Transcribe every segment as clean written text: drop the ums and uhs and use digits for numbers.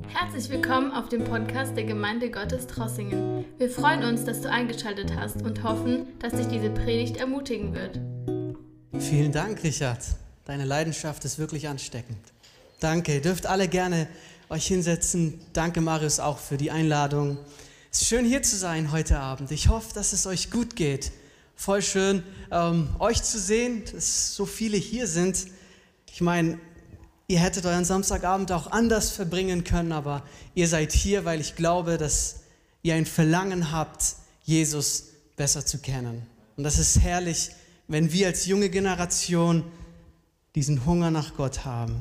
Herzlich willkommen auf dem Podcast der Gemeinde Gottes Trossingen. Wir freuen uns, dass du eingeschaltet hast und hoffen, dass dich diese Predigt ermutigen wird. Vielen Dank, Richard. Deine Leidenschaft ist wirklich ansteckend. Danke. Ihr dürft alle gerne euch hinsetzen. Danke, Marius, auch für die Einladung. Es ist schön, hier zu sein heute Abend. Ich hoffe, dass es euch gut geht. Voll schön, euch zu sehen, dass so viele hier sind. Ich meine, ihr hättet euren Samstagabend auch anders verbringen können, aber ihr seid hier, weil ich glaube, dass ihr ein Verlangen habt, Jesus besser zu kennen. Und das ist herrlich, wenn wir als junge Generation diesen Hunger nach Gott haben.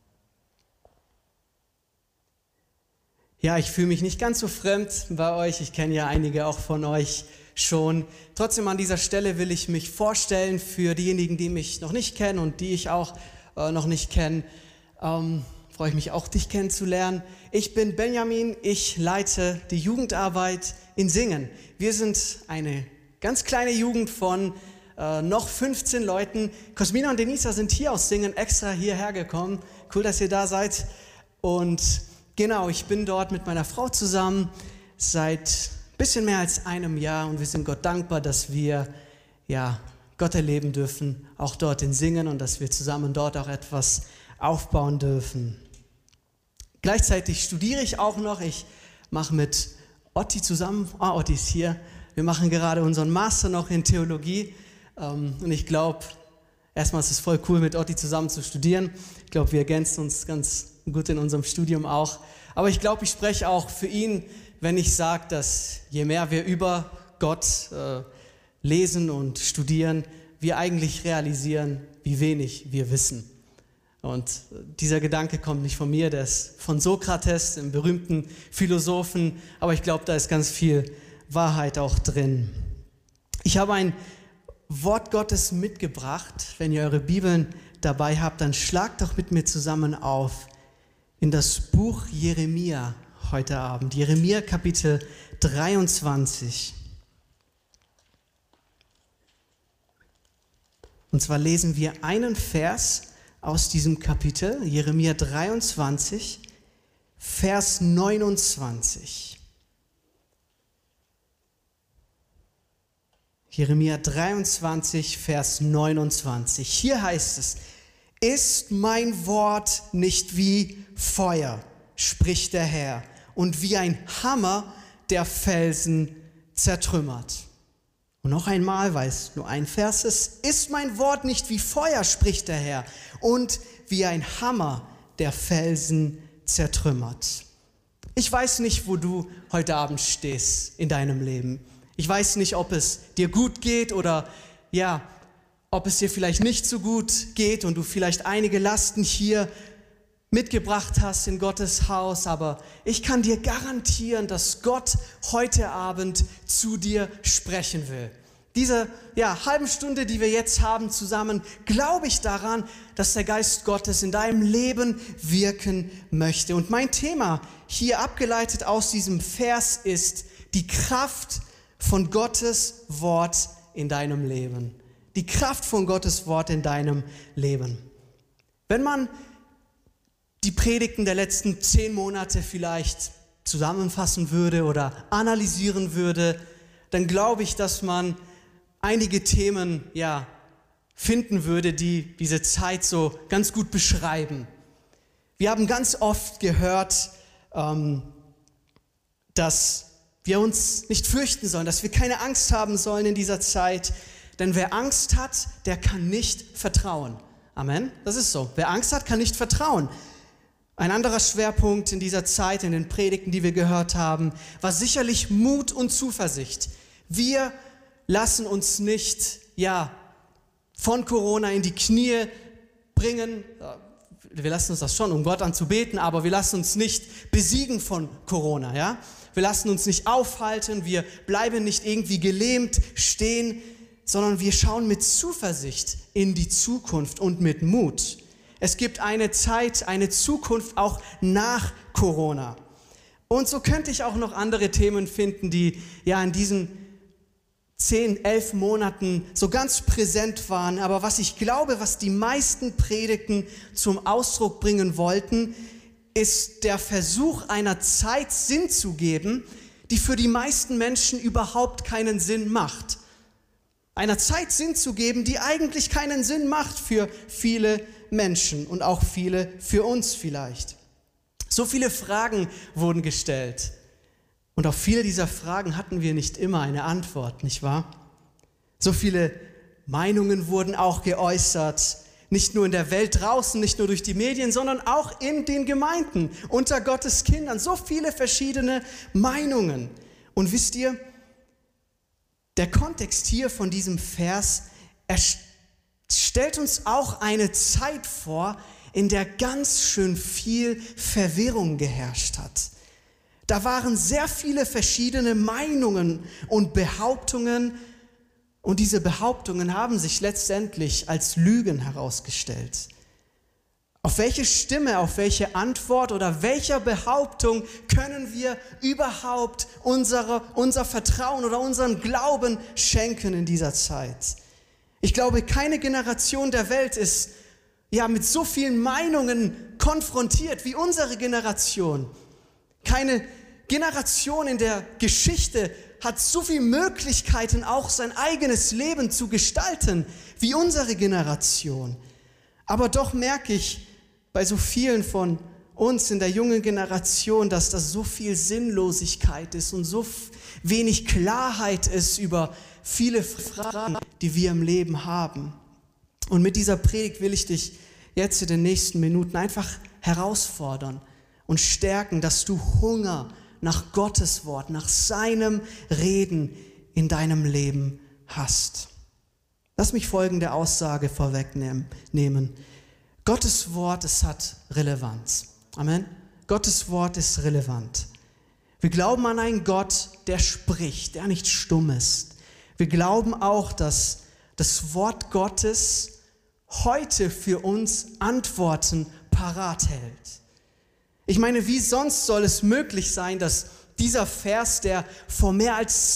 Ja, ich fühle mich nicht ganz so fremd bei euch. Ich kenne ja einige auch von euch schon. Trotzdem an dieser Stelle will ich mich vorstellen für diejenigen, die mich noch nicht kennen und die ich auch noch nicht kenne. Freue ich mich auch, dich kennenzulernen. Ich bin Benjamin, ich leite die Jugendarbeit in Singen. Wir sind eine ganz kleine Jugend von noch 15 Leuten. Cosmina und Denisa sind hier aus Singen extra hierher gekommen. Cool, dass ihr da seid. Und genau, ich bin dort mit meiner Frau zusammen seit ein bisschen mehr als einem Jahr und wir sind Gott dankbar, dass wir Gott erleben dürfen, auch dort in Singen und dass wir zusammen dort auch etwas aufbauen dürfen. Gleichzeitig studiere ich auch noch. Ich mache mit Otti zusammen, Otti ist hier, wir machen gerade unseren Master noch in Theologie und ich glaube, erstmal ist es voll cool, mit Otti zusammen zu studieren. Ich glaube, wir ergänzen uns ganz gut in unserem Studium auch. Aber ich glaube, ich spreche auch für ihn, wenn ich sage, dass je mehr wir über Gott lesen und studieren, wir eigentlich realisieren, wie wenig wir wissen. Und dieser Gedanke kommt nicht von mir, der ist von Sokrates, dem berühmten Philosophen, aber ich glaube, da ist ganz viel Wahrheit auch drin. Ich habe ein Wort Gottes mitgebracht. Wenn ihr eure Bibeln dabei habt, dann schlagt doch mit mir zusammen auf in das Buch Jeremia heute Abend. Jeremia Kapitel 23. Und zwar lesen wir einen Vers aus diesem Kapitel, Jeremia 23, Vers 29. Jeremia 23, Vers 29. Hier heißt es: Ist mein Wort nicht wie Feuer, spricht der Herr, und wie ein Hammer, der Felsen zertrümmert. Und noch einmal, weil es nur ein Vers ist mein Wort nicht wie Feuer, spricht der Herr, und wie ein Hammer, der Felsen zertrümmert. Ich weiß nicht, wo du heute Abend stehst in deinem Leben. Ich weiß nicht, ob es dir gut geht oder ob es dir vielleicht nicht so gut geht und du vielleicht einige Lasten hier mitgebracht hast in Gottes Haus, aber ich kann dir garantieren, dass Gott heute Abend zu dir sprechen will. Diese halben Stunde, die wir jetzt haben zusammen, glaube ich daran, dass der Geist Gottes in deinem Leben wirken möchte. Und mein Thema hier abgeleitet aus diesem Vers ist die Kraft von Gottes Wort in deinem Leben. Die Kraft von Gottes Wort in deinem Leben. Wenn man die Predigten der letzten 10 Monate vielleicht zusammenfassen würde oder analysieren würde, dann glaube ich, dass man einige Themen finden würde, die diese Zeit so ganz gut beschreiben. Wir haben ganz oft gehört, dass wir uns nicht fürchten sollen, dass wir keine Angst haben sollen in dieser Zeit, denn wer Angst hat, der kann nicht vertrauen. Amen, das ist so. Wer Angst hat, kann nicht vertrauen. Ein anderer Schwerpunkt in dieser Zeit, in den Predigten, die wir gehört haben, war sicherlich Mut und Zuversicht. Wir lassen uns nicht von Corona in die Knie bringen. Wir lassen uns das schon, um Gott anzubeten, aber wir lassen uns nicht besiegen von Corona. Ja? Wir lassen uns nicht aufhalten, wir bleiben nicht irgendwie gelähmt stehen, sondern wir schauen mit Zuversicht in die Zukunft und mit Mut. Es gibt eine Zeit, eine Zukunft auch nach Corona. Und so könnte ich auch noch andere Themen finden, die in diesen 10, 11 Monaten so ganz präsent waren. Aber was ich glaube, was die meisten Predigten zum Ausdruck bringen wollten, ist der Versuch einer Zeit Sinn zu geben, die für die meisten Menschen überhaupt keinen Sinn macht. Einer Zeit Sinn zu geben, die eigentlich keinen Sinn macht für viele Menschen und auch viele für uns vielleicht. So viele Fragen wurden gestellt und auf viele dieser Fragen hatten wir nicht immer eine Antwort, nicht wahr? So viele Meinungen wurden auch geäußert, nicht nur in der Welt draußen, nicht nur durch die Medien, sondern auch in den Gemeinden, unter Gottes Kindern. So viele verschiedene Meinungen. Und wisst ihr, der Kontext hier von diesem Vers, er stellt uns auch eine Zeit vor, in der ganz schön viel Verwirrung geherrscht hat. Da waren sehr viele verschiedene Meinungen und Behauptungen, und diese Behauptungen haben sich letztendlich als Lügen herausgestellt. Auf welche Stimme, auf welche Antwort oder welcher Behauptung können wir überhaupt unser Vertrauen oder unseren Glauben schenken in dieser Zeit? Ich glaube, keine Generation der Welt ist mit so vielen Meinungen konfrontiert wie unsere Generation. Keine Generation in der Geschichte hat so viele Möglichkeiten, auch sein eigenes Leben zu gestalten, wie unsere Generation. Aber doch merke ich bei so vielen von uns in der jungen Generation, dass das so viel Sinnlosigkeit ist und so wenig Klarheit ist über viele Fragen, die wir im Leben haben. Und mit dieser Predigt will ich dich jetzt in den nächsten Minuten einfach herausfordern und stärken, dass du Hunger nach Gottes Wort, nach seinem Reden in deinem Leben hast. Lass mich folgende Aussage vorwegnehmen. Gottes Wort, es hat Relevanz. Amen. Gottes Wort ist relevant. Wir glauben an einen Gott, der spricht, der nicht stumm ist. Wir glauben auch, dass das Wort Gottes heute für uns Antworten parat hält. Ich meine, wie sonst soll es möglich sein, dass dieser Vers, der vor mehr als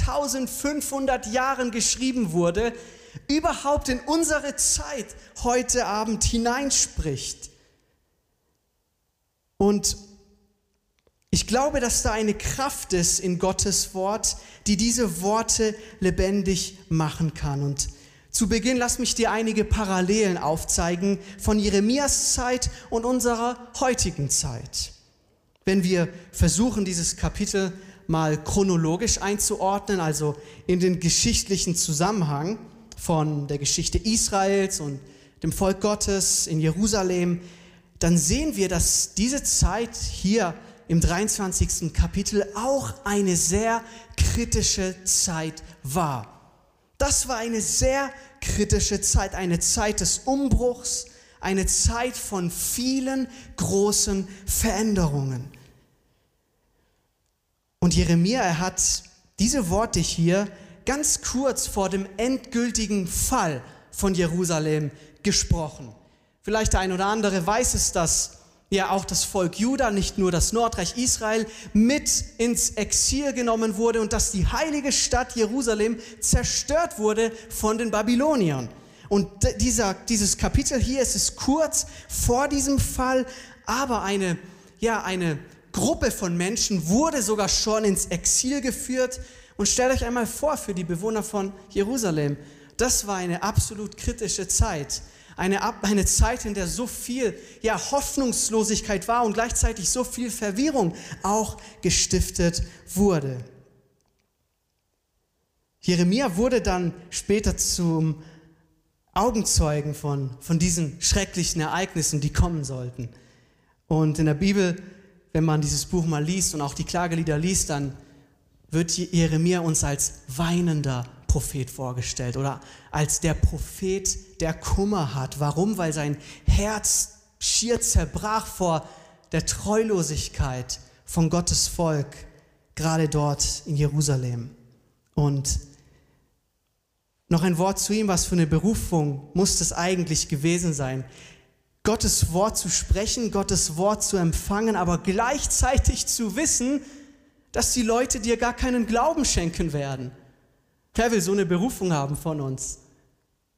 2500 Jahren geschrieben wurde, überhaupt in unsere Zeit heute Abend hineinspricht? Und ich glaube, dass da eine Kraft ist in Gottes Wort, die diese Worte lebendig machen kann. Und zu Beginn lass mich dir einige Parallelen aufzeigen von Jeremias Zeit und unserer heutigen Zeit. Wenn wir versuchen, dieses Kapitel mal chronologisch einzuordnen, also in den geschichtlichen Zusammenhang von der Geschichte Israels und dem Volk Gottes in Jerusalem, dann sehen wir, dass diese Zeit hier im 23. Kapitel auch eine sehr kritische Zeit war. Das war eine sehr kritische Zeit, eine Zeit des Umbruchs, eine Zeit von vielen großen Veränderungen. Und Jeremia, er hat diese Worte hier ganz kurz vor dem endgültigen Fall von Jerusalem gesprochen. Vielleicht der ein oder andere weiß es, dass ja auch das Volk Juda, nicht nur das Nordreich Israel, mit ins Exil genommen wurde und dass die heilige Stadt Jerusalem zerstört wurde von den Babyloniern. Und dieses Kapitel hier, es ist kurz vor diesem Fall, aber eine Gruppe von Menschen wurde sogar schon ins Exil geführt. Und stellt euch einmal vor, für die Bewohner von Jerusalem, das war eine absolut kritische Zeit. Eine Zeit, in der so viel Hoffnungslosigkeit war und gleichzeitig so viel Verwirrung auch gestiftet wurde. Jeremia wurde dann später zum Augenzeugen von diesen schrecklichen Ereignissen, die kommen sollten. Und in der Bibel, wenn man dieses Buch mal liest und auch die Klagelieder liest, dann wird Jeremia uns als weinender Prophet vorgestellt oder als der Prophet, der Kummer hat. Warum? Weil sein Herz schier zerbrach vor der Treulosigkeit von Gottes Volk, gerade dort in Jerusalem. Und noch ein Wort zu ihm, was für eine Berufung muss es eigentlich gewesen sein, Gottes Wort zu sprechen, Gottes Wort zu empfangen, aber gleichzeitig zu wissen, dass die Leute dir gar keinen Glauben schenken werden. Wer will so eine Berufung haben von uns?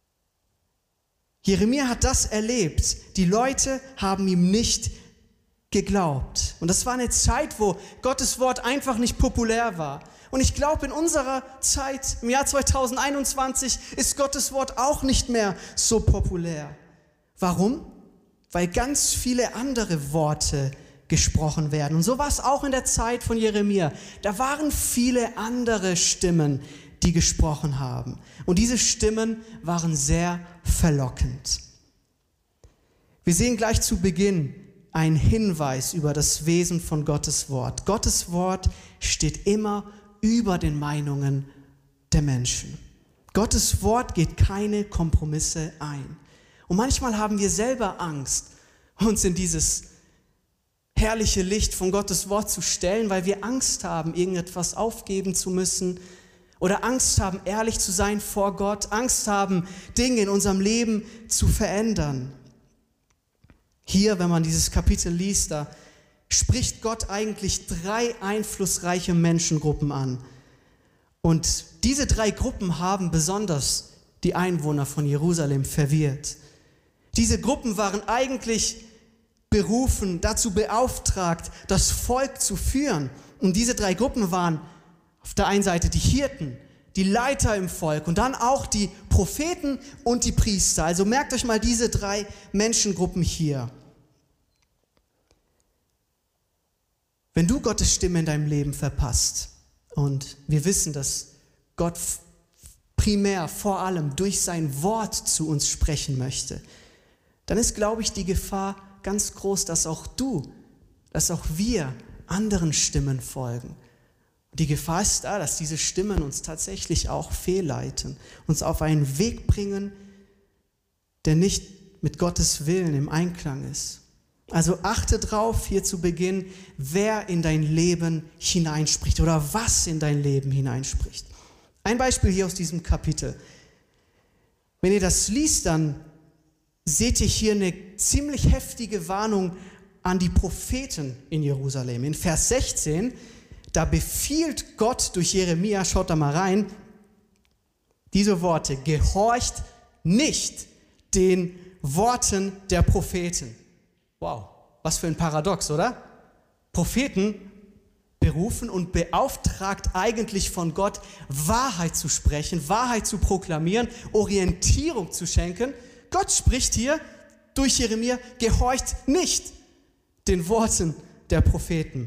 Jeremia hat das erlebt. Die Leute haben ihm nicht geglaubt. Und das war eine Zeit, wo Gottes Wort einfach nicht populär war. Und ich glaube, in unserer Zeit, im Jahr 2021, ist Gottes Wort auch nicht mehr so populär. Warum? Weil ganz viele andere Worte gesprochen werden. Und so war es auch in der Zeit von Jeremia. Da waren viele andere Stimmen, die gesprochen haben. Und diese Stimmen waren sehr verlockend. Wir sehen gleich zu Beginn einen Hinweis über das Wesen von Gottes Wort. Gottes Wort steht immer über den Meinungen der Menschen. Gottes Wort geht keine Kompromisse ein. Und manchmal haben wir selber Angst, uns in dieses herrliche Licht von Gottes Wort zu stellen, weil wir Angst haben, irgendetwas aufgeben zu müssen oder Angst haben, ehrlich zu sein vor Gott, Angst haben, Dinge in unserem Leben zu verändern. Hier, wenn man dieses Kapitel liest, da spricht Gott eigentlich 3 einflussreiche Menschengruppen an. Und diese 3 Gruppen haben besonders die Einwohner von Jerusalem verwirrt. Diese Gruppen waren eigentlich berufen, dazu beauftragt, das Volk zu führen. Und diese 3 Gruppen waren auf der einen Seite die Hirten, die Leiter im Volk und dann auch die Propheten und die Priester. Also merkt euch mal diese 3 Menschengruppen hier. Wenn du Gottes Stimme in deinem Leben verpasst, und wir wissen, dass Gott primär vor allem durch sein Wort zu uns sprechen möchte, dann ist, glaube ich, die Gefahr ganz groß, dass auch wir anderen Stimmen folgen. Die Gefahr ist da, dass diese Stimmen uns tatsächlich auch fehlleiten, uns auf einen Weg bringen, der nicht mit Gottes Willen im Einklang ist. Also achte drauf, hier zu Beginn, wer in dein Leben hineinspricht oder was in dein Leben hineinspricht. Ein Beispiel hier aus diesem Kapitel. Wenn ihr das liest, dann seht ihr hier eine ziemlich heftige Warnung an die Propheten in Jerusalem. In Vers 16, da befiehlt Gott durch Jeremia, schaut da mal rein, diese Worte: Gehorcht nicht den Worten der Propheten. Wow, was für ein Paradox, oder? Propheten berufen und beauftragt eigentlich von Gott, Wahrheit zu sprechen, Wahrheit zu proklamieren, Orientierung zu schenken. Gott spricht hier durch Jeremia: Gehorcht nicht den Worten der Propheten.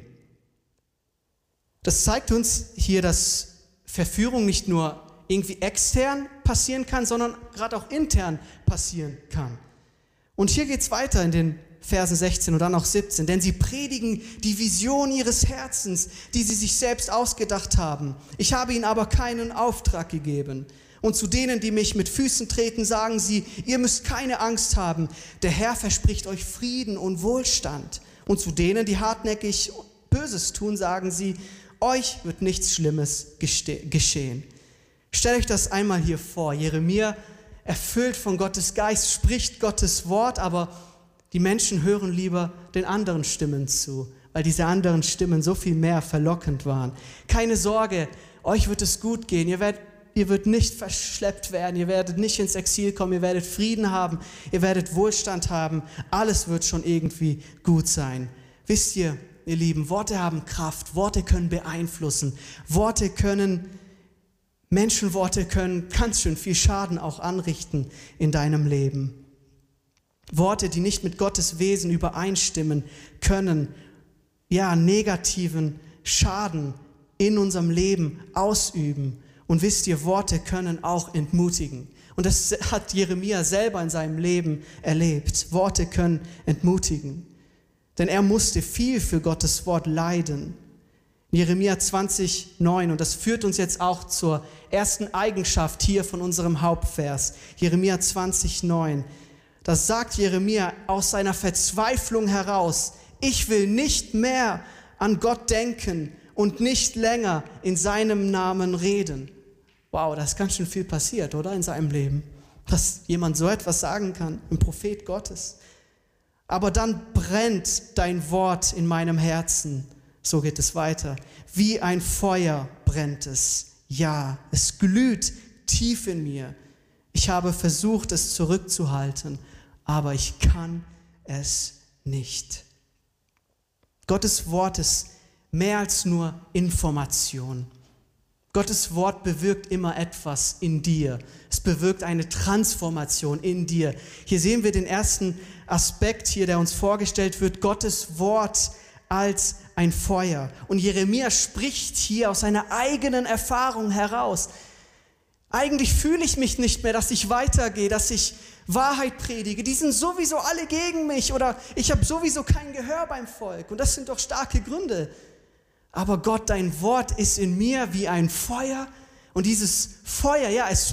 Das zeigt uns hier, dass Verführung nicht nur irgendwie extern passieren kann, sondern gerade auch intern passieren kann. Und hier geht es weiter in den Versen 16 und dann auch 17. Denn sie predigen die Vision ihres Herzens, die sie sich selbst ausgedacht haben. Ich habe ihnen aber keinen Auftrag gegeben. Und zu denen, die mich mit Füßen treten, sagen sie: Ihr müsst keine Angst haben. Der Herr verspricht euch Frieden und Wohlstand. Und zu denen, die hartnäckig Böses tun, sagen sie: Euch wird nichts Schlimmes geschehen. Stellt euch das einmal hier vor. Jeremia, erfüllt von Gottes Geist, spricht Gottes Wort, aber die Menschen hören lieber den anderen Stimmen zu, weil diese anderen Stimmen so viel mehr verlockend waren. Keine Sorge, euch wird es gut gehen, ihr werdet nicht verschleppt werden, ihr werdet nicht ins Exil kommen, ihr werdet Frieden haben, ihr werdet Wohlstand haben, alles wird schon irgendwie gut sein. Wisst ihr, ihr Lieben, Worte haben Kraft, Worte können beeinflussen, Menschenworte können ganz schön viel Schaden auch anrichten in deinem Leben. Worte, die nicht mit Gottes Wesen übereinstimmen, können negativen Schaden in unserem Leben ausüben. Und wisst ihr, Worte können auch entmutigen. Und das hat Jeremia selber in seinem Leben erlebt. Worte können entmutigen. Denn er musste viel für Gottes Wort leiden. Jeremia 20,9, und das führt uns jetzt auch zur ersten Eigenschaft hier von unserem Hauptvers. Jeremia 20,9. Das sagt Jeremia aus seiner Verzweiflung heraus: Ich will nicht mehr an Gott denken und nicht länger in seinem Namen reden. Wow, da ist ganz schön viel passiert, oder? In seinem Leben. Dass jemand so etwas sagen kann, ein Prophet Gottes. Aber dann brennt dein Wort in meinem Herzen. So geht es weiter. Wie ein Feuer brennt es. Ja, es glüht tief in mir. Ich habe versucht, es zurückzuhalten, aber ich kann es nicht. Gottes Wort ist mehr als nur Information. Gottes Wort bewirkt immer etwas in dir. Es bewirkt eine Transformation in dir. Hier sehen wir den ersten Aspekt hier, der uns vorgestellt wird, Gottes Wort als ein Feuer. Und Jeremia spricht hier aus seiner eigenen Erfahrung heraus. Eigentlich fühle ich mich nicht mehr, dass ich weitergehe, dass ich Wahrheit predige. Die sind sowieso alle gegen mich oder ich habe sowieso kein Gehör beim Volk. Und das sind doch starke Gründe. Aber Gott, dein Wort ist in mir wie ein Feuer. Und dieses Feuer, ja, es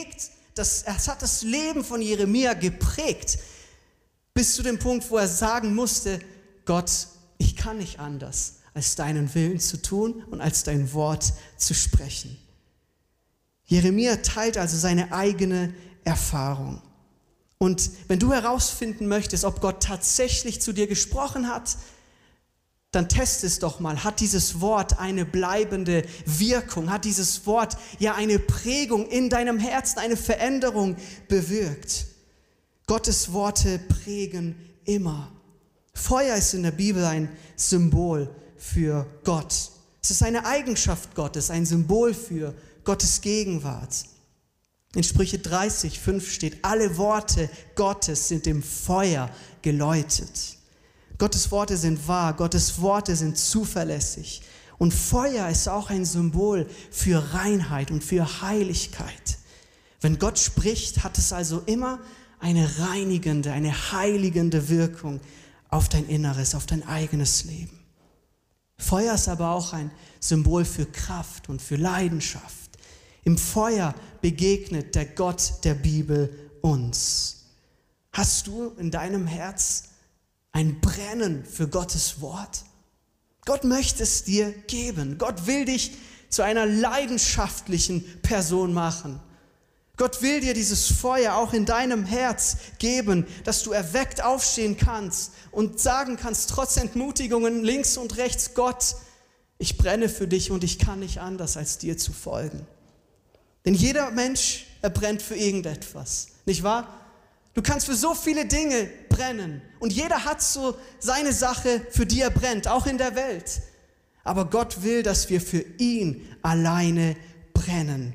hat das Leben von Jeremia geprägt. Bis zu dem Punkt, wo er sagen musste, Gott, ich kann nicht anders, als deinen Willen zu tun und als dein Wort zu sprechen. Jeremia teilt also seine eigene Erfahrung. Und wenn du herausfinden möchtest, ob Gott tatsächlich zu dir gesprochen hat, dann test es doch mal. Hat dieses Wort eine bleibende Wirkung? Hat dieses Wort ja eine Prägung in deinem Herzen, eine Veränderung bewirkt? Gottes Worte prägen immer. Feuer ist in der Bibel ein Symbol für Gott. Es ist eine Eigenschaft Gottes, ein Symbol für Gottes Gegenwart. In Sprüche 30,5 steht, alle Worte Gottes sind im Feuer geläutet. Gottes Worte sind wahr, Gottes Worte sind zuverlässig. Und Feuer ist auch ein Symbol für Reinheit und für Heiligkeit. Wenn Gott spricht, hat es also immer eine reinigende, eine heiligende Wirkung auf dein Inneres, auf dein eigenes Leben. Feuer ist aber auch ein Symbol für Kraft und für Leidenschaft. Im Feuer begegnet der Gott der Bibel uns. Hast du in deinem Herz ein Brennen für Gottes Wort? Gott möchte es dir geben. Gott will dich zu einer leidenschaftlichen Person machen. Gott will dir dieses Feuer auch in deinem Herz geben, dass du erweckt aufstehen kannst und sagen kannst, trotz Entmutigungen links und rechts, Gott, ich brenne für dich und ich kann nicht anders, als dir zu folgen. Denn jeder Mensch, er brennt für irgendetwas, nicht wahr? Du kannst für so viele Dinge brennen und jeder hat so seine Sache, für die er brennt, auch in der Welt. Aber Gott will, dass wir für ihn alleine brennen.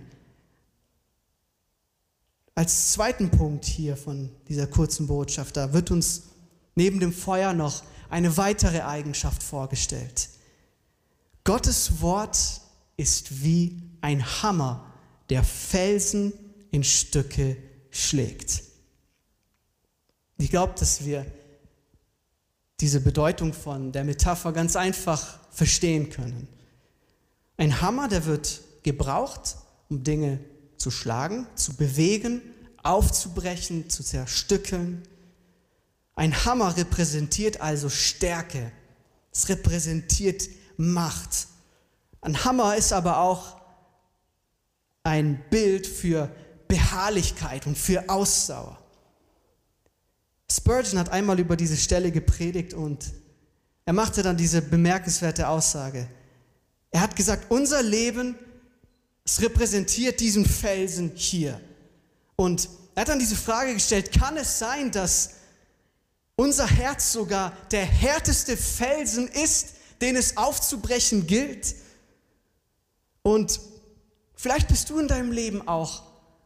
Als zweiten Punkt hier von dieser kurzen Botschaft, da wird uns neben dem Feuer noch eine weitere Eigenschaft vorgestellt. Gottes Wort ist wie ein Hammer, der Felsen in Stücke schlägt. Ich glaube, dass wir diese Bedeutung von der Metapher ganz einfach verstehen können. Ein Hammer, der wird gebraucht, um Dinge zu schlagen, zu bewegen, aufzubrechen, zu zerstückeln. Ein Hammer repräsentiert also Stärke. Es repräsentiert Macht. Ein Hammer ist aber auch ein Bild für Beharrlichkeit und für Ausdauer. Spurgeon hat einmal über diese Stelle gepredigt und er machte dann diese bemerkenswerte Aussage. Er hat gesagt, unser Leben, es repräsentiert diesen Felsen hier. Und er hat dann diese Frage gestellt, kann es sein, dass unser Herz sogar der härteste Felsen ist, den es aufzubrechen gilt? Und vielleicht bist du in deinem Leben auch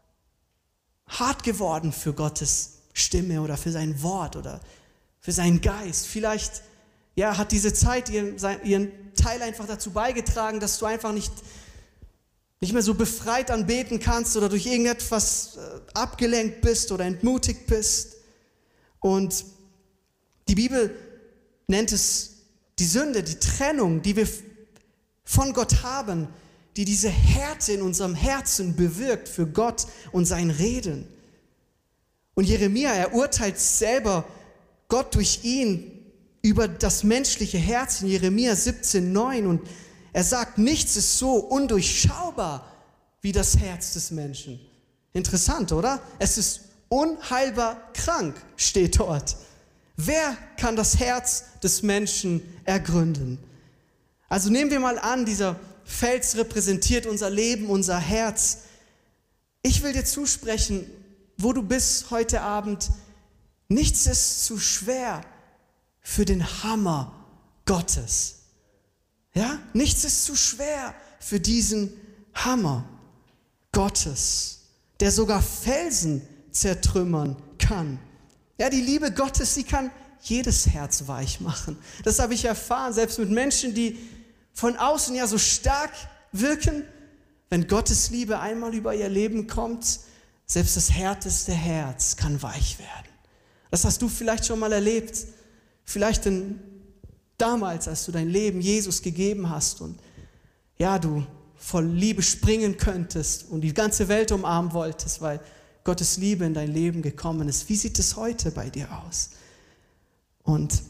hart geworden für Gottes Stimme oder für sein Wort oder für seinen Geist. Vielleicht hat diese Zeit ihren Teil einfach dazu beigetragen, dass du einfach nicht mehr so befreit anbeten kannst oder durch irgendetwas abgelenkt bist oder entmutigt bist. Und die Bibel nennt es die Sünde, die Trennung, die wir von Gott haben, die diese Härte in unserem Herzen bewirkt für Gott und sein Reden. Und Jeremia, er urteilt selber Gott durch ihn über das menschliche Herz in Jeremia 17,9 und er sagt, nichts ist so undurchschaubar wie das Herz des Menschen. Interessant, oder? Es ist unheilbar krank, steht dort. Wer kann das Herz des Menschen ergründen? Also nehmen wir mal an, dieser Fels repräsentiert unser Leben, unser Herz. Ich will dir zusprechen, wo du bist heute Abend, nichts ist zu schwer für den Hammer Gottes. Ja, nichts ist zu schwer für diesen Hammer Gottes, der sogar Felsen zertrümmern kann. Ja, die Liebe Gottes, die kann jedes Herz weich machen. Das habe ich erfahren, selbst mit Menschen, die von außen ja so stark wirken. Wenn Gottes Liebe einmal über ihr Leben kommt, selbst das härteste Herz kann weich werden. Das hast du vielleicht schon mal erlebt. Vielleicht damals, als du dein Leben Jesus gegeben hast und ja, du voll Liebe springen könntest und die ganze Welt umarmen wolltest, weil Gottes Liebe in dein Leben gekommen ist. Wie sieht es heute bei dir aus? Und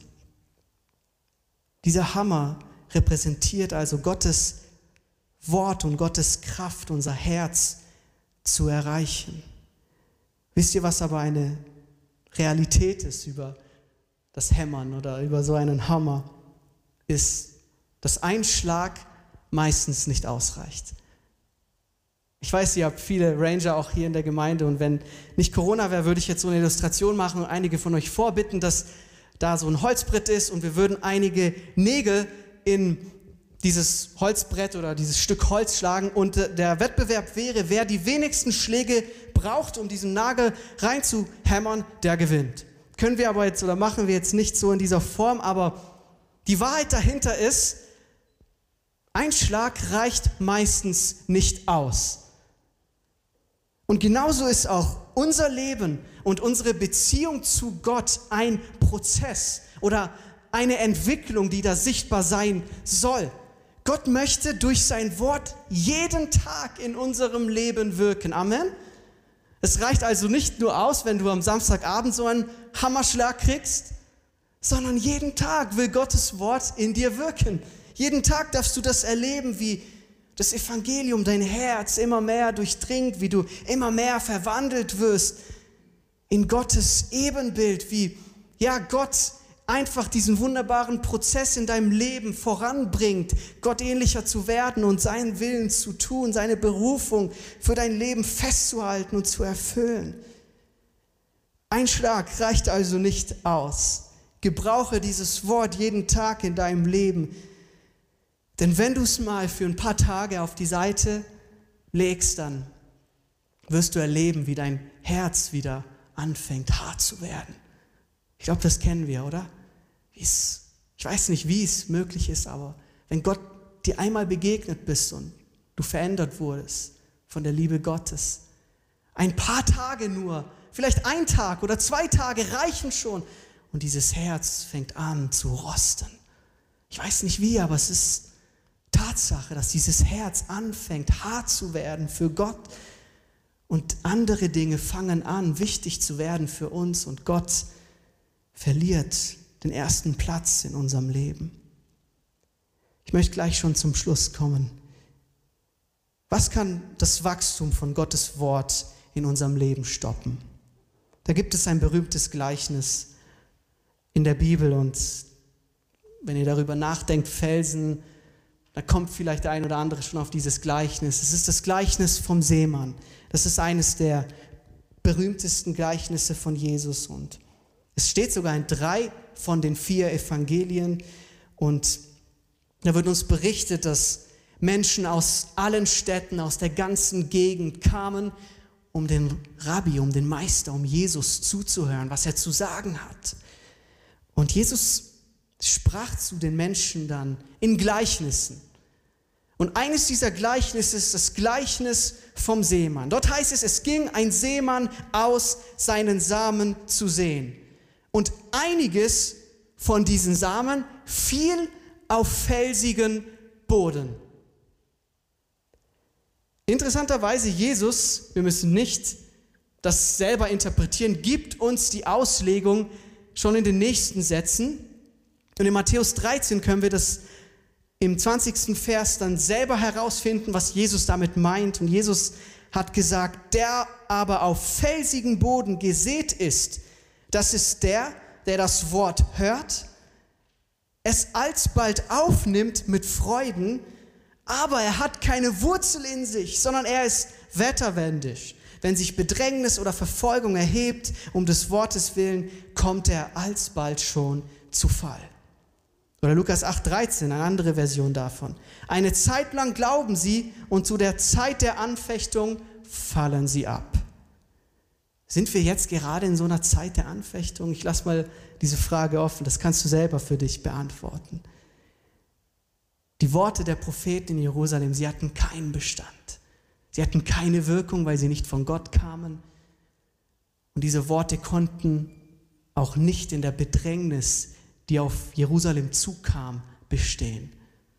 dieser Hammer repräsentiert also Gottes Wort und Gottes Kraft, unser Herz zu erreichen. Wisst ihr, was aber eine Realität ist über das Hämmern oder über so einen Hammer? Ist, dass ein Schlag meistens nicht ausreicht. Ich weiß, ihr habt viele Ranger auch hier in der Gemeinde und wenn nicht Corona wäre, würde ich jetzt so eine Illustration machen und einige von euch vorbitten, dass da so ein Holzbrett ist und wir würden einige Nägel in dieses Holzbrett oder dieses Stück Holz schlagen und der Wettbewerb wäre, wer die wenigsten Schläge braucht, um diesen Nagel reinzuhämmern, der gewinnt. Können wir aber jetzt oder machen wir jetzt nicht so in dieser Form, aber die Wahrheit dahinter ist, ein Schlag reicht meistens nicht aus. Und genauso ist auch unser Leben und unsere Beziehung zu Gott ein Prozess oder eine Entwicklung, die da sichtbar sein soll. Gott möchte durch sein Wort jeden Tag in unserem Leben wirken. Amen. Es reicht also nicht nur aus, wenn du am Samstagabend so einen Hammerschlag kriegst, sondern jeden Tag will Gottes Wort in dir wirken. Jeden Tag darfst du das erleben, wie das Evangelium dein Herz immer mehr durchdringt, wie du immer mehr verwandelt wirst in Gottes Ebenbild, wie ja Gott einfach diesen wunderbaren Prozess in deinem Leben voranbringt, Gott ähnlicher zu werden und seinen Willen zu tun, seine Berufung für dein Leben festzuhalten und zu erfüllen. Ein Schlag reicht also nicht aus. Gebrauche dieses Wort jeden Tag in deinem Leben. Denn wenn du es mal für ein paar Tage auf die Seite legst, dann wirst du erleben, wie dein Herz wieder anfängt, hart zu werden. Ich glaube, das kennen wir, oder? Ich weiß nicht, wie es möglich ist, aber wenn Gott dir einmal begegnet bist und du verändert wurdest von der Liebe Gottes, ein paar Tage nur, vielleicht ein Tag oder 2 Tage reichen schon und dieses Herz fängt an zu rosten. Ich weiß nicht wie, aber es ist Tatsache, dass dieses Herz anfängt, hart zu werden für Gott und andere Dinge fangen an, wichtig zu werden für uns und Gott verliert den ersten Platz in unserem Leben. Ich möchte gleich schon zum Schluss kommen. Was kann das Wachstum von Gottes Wort in unserem Leben stoppen? Da gibt es ein berühmtes Gleichnis in der Bibel und wenn ihr darüber nachdenkt, Felsen, da kommt vielleicht der ein oder andere schon auf dieses Gleichnis. Es ist das Gleichnis vom Seemann. Das ist eines der berühmtesten Gleichnisse von Jesus und es steht sogar in 3 von den 4 Evangelien und da wird uns berichtet, dass Menschen aus allen Städten, aus der ganzen Gegend kamen, um den Rabbi, um den Meister, um Jesus zuzuhören, was er zu sagen hat. Und Jesus sprach zu den Menschen dann in Gleichnissen. Und eines dieser Gleichnisse ist das Gleichnis vom Seemann. Dort heißt es, es ging ein Seemann aus, seinen Samen zu säen. Und einiges von diesen Samen fiel auf felsigen Boden. Interessanterweise, Jesus, wir müssen nicht das selber interpretieren, gibt uns die Auslegung schon in den nächsten Sätzen. Und in Matthäus 13 können wir das im 20. Vers dann selber herausfinden, was Jesus damit meint. Und Jesus hat gesagt, der aber auf felsigen Boden gesät ist, das ist der das Wort hört, es alsbald aufnimmt mit Freuden, aber er hat keine Wurzel in sich, sondern er ist wetterwendig. Wenn sich Bedrängnis oder Verfolgung erhebt, um des Wortes willen, kommt er alsbald schon zu Fall. Oder Lukas 8,13, eine andere Version davon. Eine Zeit lang glauben sie und zu der Zeit der Anfechtung fallen sie ab. Sind wir jetzt gerade in so einer Zeit der Anfechtung? Ich lasse mal diese Frage offen, das kannst du selber für dich beantworten. Die Worte der Propheten in Jerusalem, sie hatten keinen Bestand. Sie hatten keine Wirkung, weil sie nicht von Gott kamen. Und diese Worte konnten auch nicht in der Bedrängnis, die auf Jerusalem zukam, bestehen.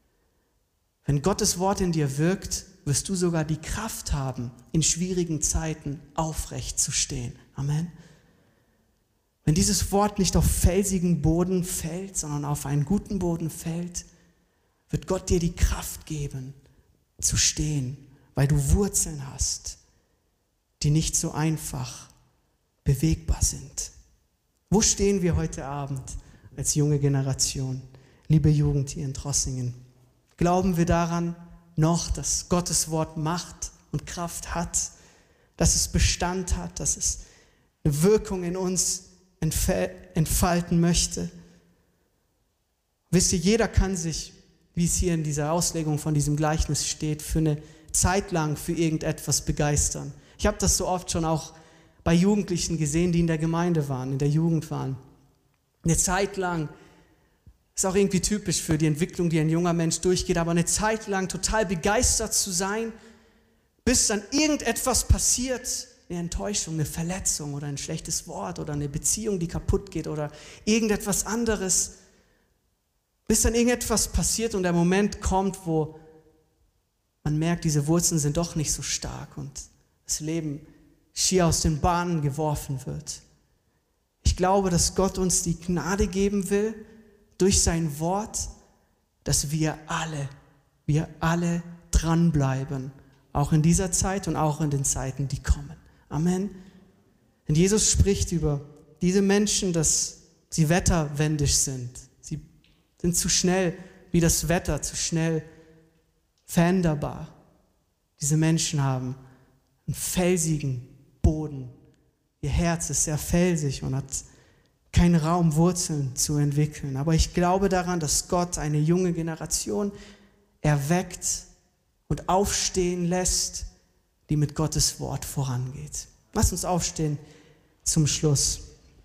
Wenn Gottes Wort in dir wirkt, wirst du sogar die Kraft haben, in schwierigen Zeiten aufrecht zu stehen. Amen. Wenn dieses Wort nicht auf felsigen Boden fällt, sondern auf einen guten Boden fällt, wird Gott dir die Kraft geben, zu stehen, weil du Wurzeln hast, die nicht so einfach bewegbar sind. Wo stehen wir heute Abend als junge Generation? Liebe Jugend hier in Trossingen, glauben wir daran noch, dass Gottes Wort Macht und Kraft hat, dass es Bestand hat, dass es eine Wirkung in uns entfalten möchte? Wisst ihr, jeder kann sich, wie es hier in dieser Auslegung von diesem Gleichnis steht, für eine Zeit lang für irgendetwas begeistern. Ich habe das so oft schon auch bei Jugendlichen gesehen, die in der Gemeinde waren, in der Jugend waren. Eine Zeit lang, ist auch irgendwie typisch für die Entwicklung, die ein junger Mensch durchgeht, aber eine Zeit lang total begeistert zu sein, bis dann irgendetwas passiert, eine Enttäuschung, eine Verletzung oder ein schlechtes Wort oder eine Beziehung, die kaputt geht oder irgendetwas anderes, bis dann irgendetwas passiert und der Moment kommt, wo man merkt, diese Wurzeln sind doch nicht so stark und das Leben schier aus den Bahnen geworfen wird. Ich glaube, dass Gott uns die Gnade geben will, durch sein Wort, dass wir alle dranbleiben, auch in dieser Zeit und auch in den Zeiten, die kommen. Amen. Denn Jesus spricht über diese Menschen, dass sie wetterwendig sind. Sie sind zu schnell wie das Wetter, zu schnell veränderbar. Diese Menschen haben einen felsigen Boden. Ihr Herz ist sehr felsig und hat keinen Raum, Wurzeln zu entwickeln. Aber ich glaube daran, dass Gott eine junge Generation erweckt und aufstehen lässt, die mit Gottes Wort vorangeht. Lass uns aufstehen zum Schluss.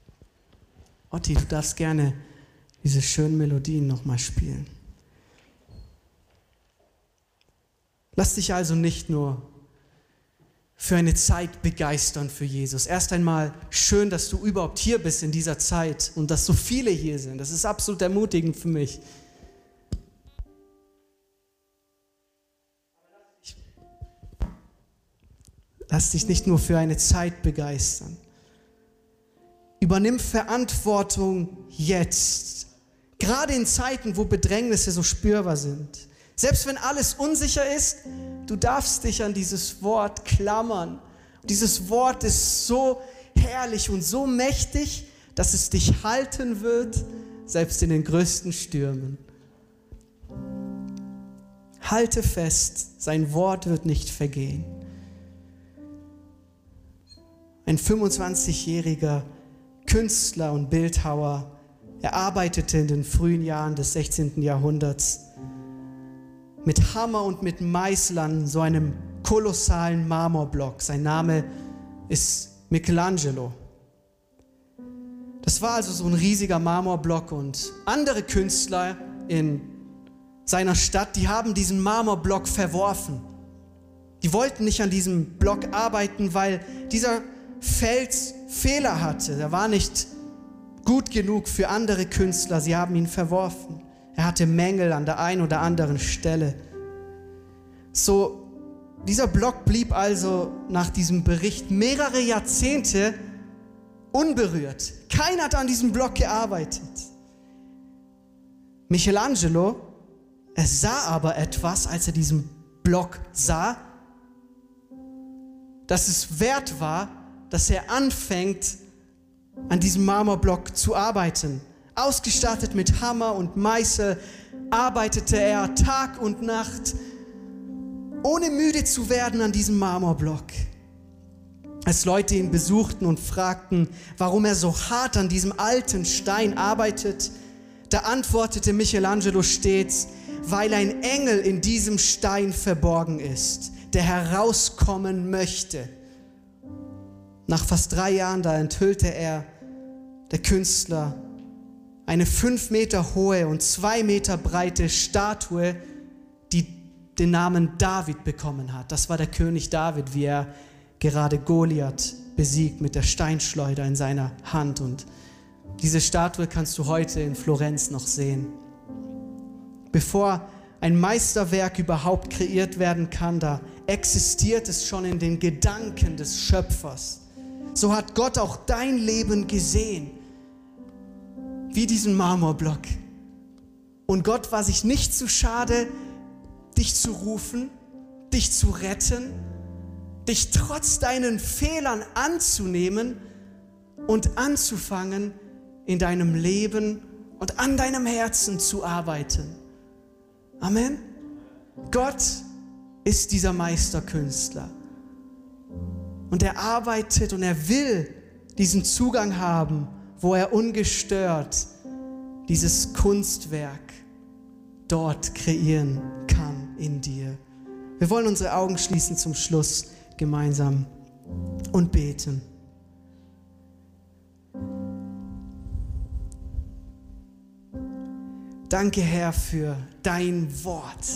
Otti, du darfst gerne diese schönen Melodien nochmal spielen. Lass dich also nicht nur für eine Zeit begeistern für Jesus. Erst einmal schön, dass du überhaupt hier bist in dieser Zeit und dass so viele hier sind. Das ist absolut ermutigend für mich. Lass dich nicht nur für eine Zeit begeistern. Übernimm Verantwortung jetzt. Gerade in Zeiten, wo Bedrängnisse so spürbar sind. Selbst wenn alles unsicher ist, du darfst dich an dieses Wort klammern. Und dieses Wort ist so herrlich und so mächtig, dass es dich halten wird, selbst in den größten Stürmen. Halte fest, sein Wort wird nicht vergehen. Ein 25-jähriger Künstler und Bildhauer, er arbeitete in den frühen Jahren des 16. Jahrhunderts mit Hammer und mit Meißel an so einem kolossalen Marmorblock. Sein Name ist Michelangelo. Das war also so ein riesiger Marmorblock und andere Künstler in seiner Stadt, die haben diesen Marmorblock verworfen. Die wollten nicht an diesem Block arbeiten, weil dieser Fels Fehler hatte. Er war nicht gut genug für andere Künstler. Sie haben ihn verworfen. Er hatte Mängel an der einen oder anderen Stelle. So, dieser Block blieb also nach diesem Bericht mehrere Jahrzehnte unberührt. Keiner hat an diesem Block gearbeitet. Michelangelo, er sah aber etwas, als er diesen Block sah, dass es wert war, dass er anfängt, an diesem Marmorblock zu arbeiten. Ausgestattet mit Hammer und Meißel arbeitete er Tag und Nacht, ohne müde zu werden an diesem Marmorblock. Als Leute ihn besuchten und fragten, warum er so hart an diesem alten Stein arbeitet, Da antwortete Michelangelo stets: weil ein Engel in diesem Stein verborgen ist, der herauskommen möchte. Nach fast 3 Jahren, da enthüllte er, der Künstler, eine 5 Meter hohe und 2 Meter breite Statue, die den Namen David bekommen hat. Das war der König David, wie er gerade Goliath besiegt mit der Steinschleuder in seiner Hand. Und diese Statue kannst du heute in Florenz noch sehen. Bevor ein Meisterwerk überhaupt kreiert werden kann, da existiert es schon in den Gedanken des Schöpfers. So hat Gott auch dein Leben gesehen, wie diesen Marmorblock. Und Gott war sich nicht zu schade, dich zu rufen, dich zu retten, dich trotz deinen Fehlern anzunehmen und anzufangen, in deinem Leben und an deinem Herzen zu arbeiten. Amen. Gott ist dieser Meisterkünstler. Und er arbeitet und er will diesen Zugang haben, wo er ungestört dieses Kunstwerk dort kreieren kann in dir. Wir wollen unsere Augen schließen zum Schluss gemeinsam und beten. Danke, Herr, für dein Wort.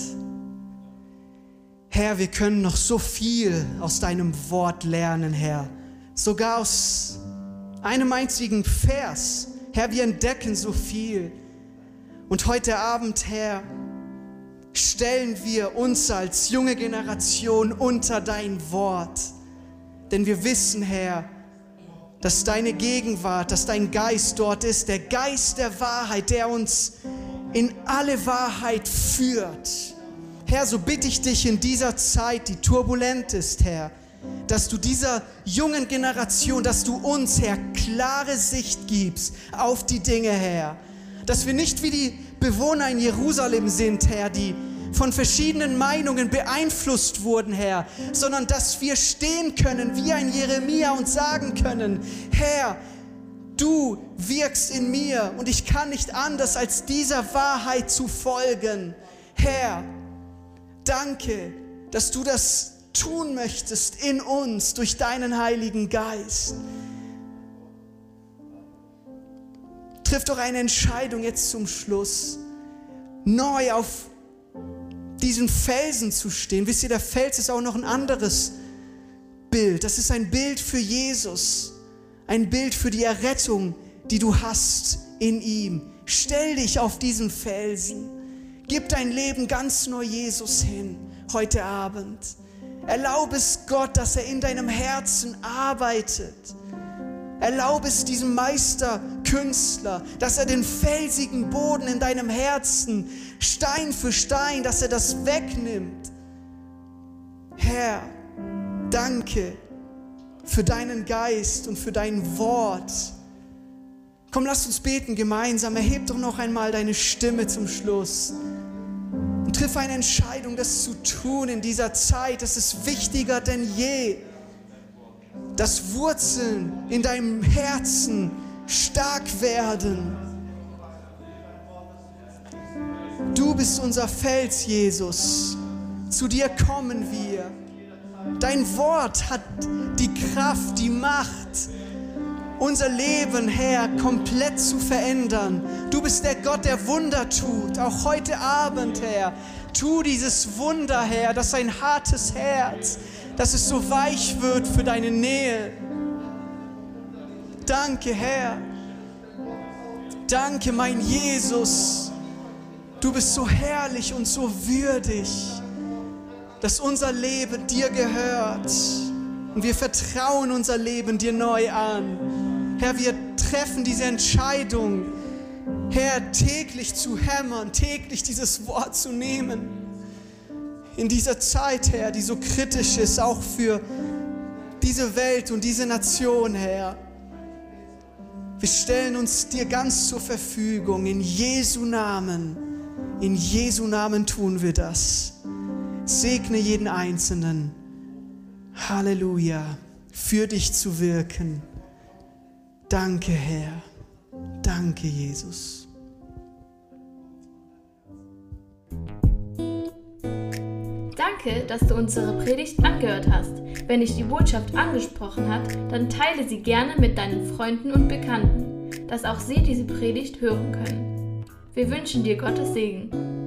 Herr, wir können noch so viel aus deinem Wort lernen, Herr. Sogar aus einem einzigen Vers. Herr, wir entdecken so viel. Und heute Abend, Herr, stellen wir uns als junge Generation unter dein Wort. Denn wir wissen, Herr, dass deine Gegenwart, dass dein Geist dort ist, der Geist der Wahrheit, der uns in alle Wahrheit führt. Herr, so bitte ich dich in dieser Zeit, die turbulent ist, Herr, dass du dieser jungen Generation, dass du uns, Herr, klare Sicht gibst auf die Dinge, Herr. Dass wir nicht wie die Bewohner in Jerusalem sind, Herr, die von verschiedenen Meinungen beeinflusst wurden, Herr, sondern dass wir stehen können wie ein Jeremia und sagen können: Herr, du wirkst in mir und ich kann nicht anders, als dieser Wahrheit zu folgen. Herr, danke, dass du das tun möchtest in uns durch deinen Heiligen Geist. Triff doch eine Entscheidung jetzt zum Schluss, neu auf diesen Felsen zu stehen. Wisst ihr, der Fels ist auch noch ein anderes Bild. Das ist ein Bild für Jesus, ein Bild für die Errettung, die du hast in ihm. Stell dich auf diesen Felsen. Gib dein Leben ganz neu Jesus hin heute Abend. Erlaube es Gott, dass er in deinem Herzen arbeitet. Erlaube es diesem Meisterkünstler, dass er den felsigen Boden in deinem Herzen Stein für Stein, dass er das wegnimmt. Herr, danke für deinen Geist und für dein Wort. Komm, lass uns beten gemeinsam. Erheb doch noch einmal deine Stimme zum Schluss. Und triff eine Entscheidung, das zu tun in dieser Zeit. Das ist wichtiger denn je. Dass Wurzeln in deinem Herzen stark werden. Du bist unser Fels, Jesus. Zu dir kommen wir. Dein Wort hat die Kraft, die Macht, unser Leben, Herr, komplett zu verändern. Du bist der Gott, der Wunder tut. Auch heute Abend, Herr, tu dieses Wunder, Herr, dass ein hartes Herz, dass es so weich wird für deine Nähe. Danke, Herr. Danke, mein Jesus. Du bist so herrlich und so würdig, dass unser Leben dir gehört. Und wir vertrauen unser Leben dir neu an. Herr, wir treffen diese Entscheidung, Herr, täglich zu hämmern, täglich dieses Wort zu nehmen. In dieser Zeit, Herr, die so kritisch ist, auch für diese Welt und diese Nation, Herr. Wir stellen uns dir ganz zur Verfügung. In Jesu Namen tun wir das. Segne jeden Einzelnen. Halleluja. Für dich zu wirken. Danke, Herr. Danke, Jesus. Danke, dass du unsere Predigt angehört hast. Wenn dich die Botschaft angesprochen hat, dann teile sie gerne mit deinen Freunden und Bekannten, dass auch sie diese Predigt hören können. Wir wünschen dir Gottes Segen.